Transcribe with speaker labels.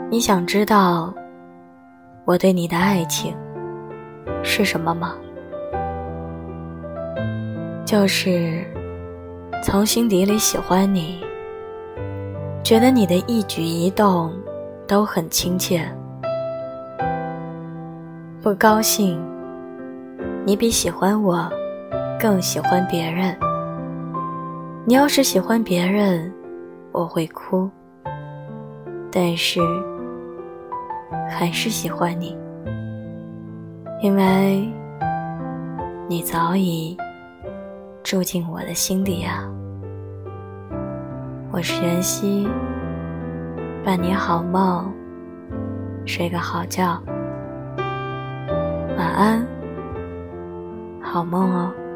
Speaker 1: 你想知道我对你的爱情是什么吗？就是从心底里喜欢你，觉得你的一举一动都很亲切。不高兴，你比喜欢我更喜欢别人。你要是喜欢别人，我会哭，但是还是喜欢你，因为你早已住进我的心底啊。我是袁熙，伴你好梦，睡个好觉，晚安，好梦哦。